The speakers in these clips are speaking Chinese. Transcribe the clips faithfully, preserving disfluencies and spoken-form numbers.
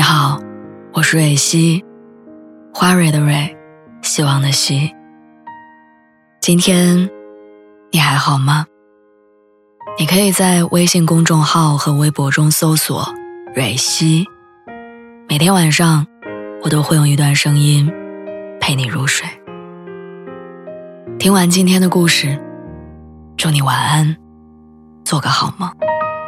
好，我是蕊希，花蕊的蕊，希望的希。今天你还好吗？你可以在微信公众号和微博中搜索蕊希，每天晚上我都会用一段声音陪你入睡。听完今天的故事，祝你晚安，做个好梦。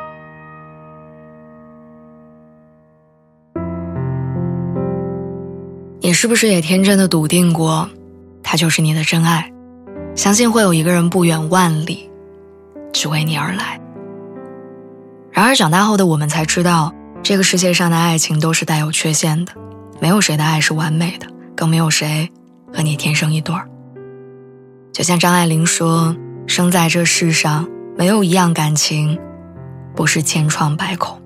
你是不是也天真的笃定过他就是你的真爱，相信会有一个人不远万里只为你而来？然而长大后的我们才知道，这个世界上的爱情都是带有缺陷的，没有谁的爱是完美的，更没有谁和你天生一对儿。就像张爱玲说，生在这世上没有一样感情不是千疮百孔。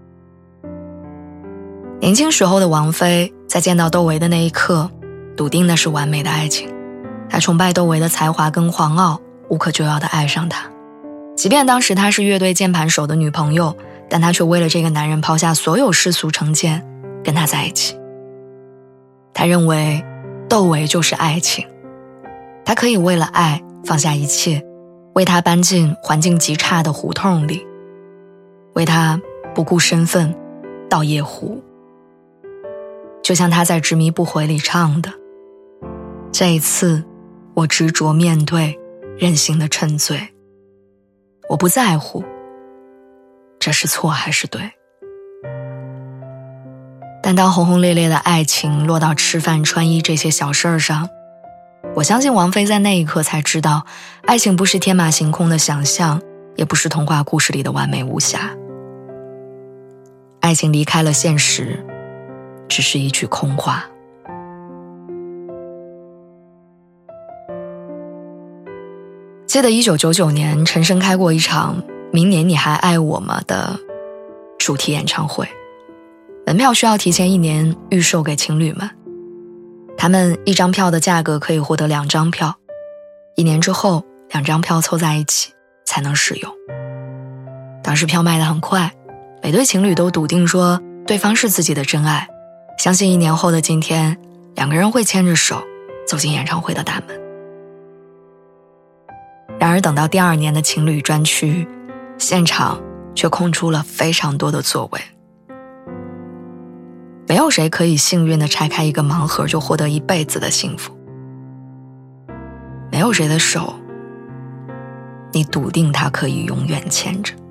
年轻时候的王菲在见到窦唯的那一刻，笃定的是完美的爱情。她崇拜窦唯的才华跟狂傲，无可救药地爱上他。即便当时她是乐队键盘手的女朋友，但她却为了这个男人抛下所有世俗成见，跟他在一起。她认为窦唯就是爱情，她可以为了爱放下一切，为他搬进环境极差的胡同里，为他不顾身份到夜壶。就像他在《执迷不悔》里唱的，这一次我执着面对，任性的沉醉，我不在乎这是错还是对。但当轰轰烈烈的爱情落到吃饭穿衣这些小事儿上，我相信王菲在那一刻才知道，爱情不是天马行空的想象，也不是童话故事里的完美无瑕。爱情离开了现实，只是一句空话。记得一九九九年陈升开过一场明年你还爱我吗的主题演唱会，门票需要提前一年预售给情侣们，他们一张票的价格可以获得两张票，一年之后两张票凑在一起才能使用。当时票卖得很快，每对情侣都笃定说对方是自己的真爱，相信一年后的今天，两个人会牵着手走进演唱会的大门。然而等到第二年的情侣专区，现场却空出了非常多的座位。没有谁可以幸运地拆开一个盲盒就获得一辈子的幸福，没有谁的手你笃定他可以永远牵着。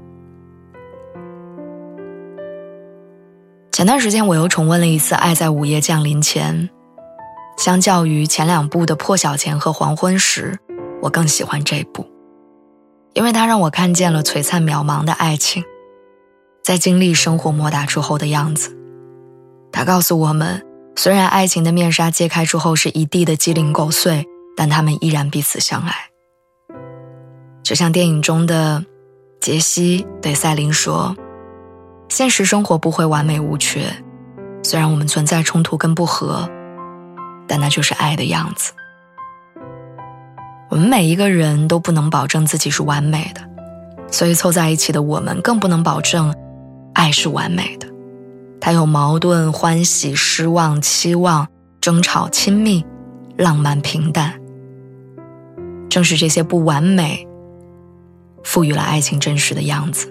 前段时间我又重温了一次《爱在午夜降临前》，相较于前两部的《破晓前》和《黄昏时》，我更喜欢这部，因为它让我看见了璀璨渺茫的爱情在经历生活磨打之后的样子。它告诉我们，虽然爱情的面纱揭开之后是一地的鸡零狗碎，但他们依然彼此相爱。就像电影中的杰西对赛琳说，现实生活不会完美无缺，虽然我们存在冲突跟不和，但那就是爱的样子。我们每一个人都不能保证自己是完美的，所以凑在一起的我们更不能保证爱是完美的。它有矛盾、欢喜、失望、期望、争吵、亲密、浪漫、平淡。正是这些不完美赋予了爱情真实的样子。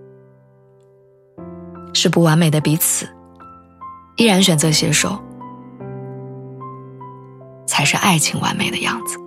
是不完美的彼此依然选择携手，才是爱情完美的样子。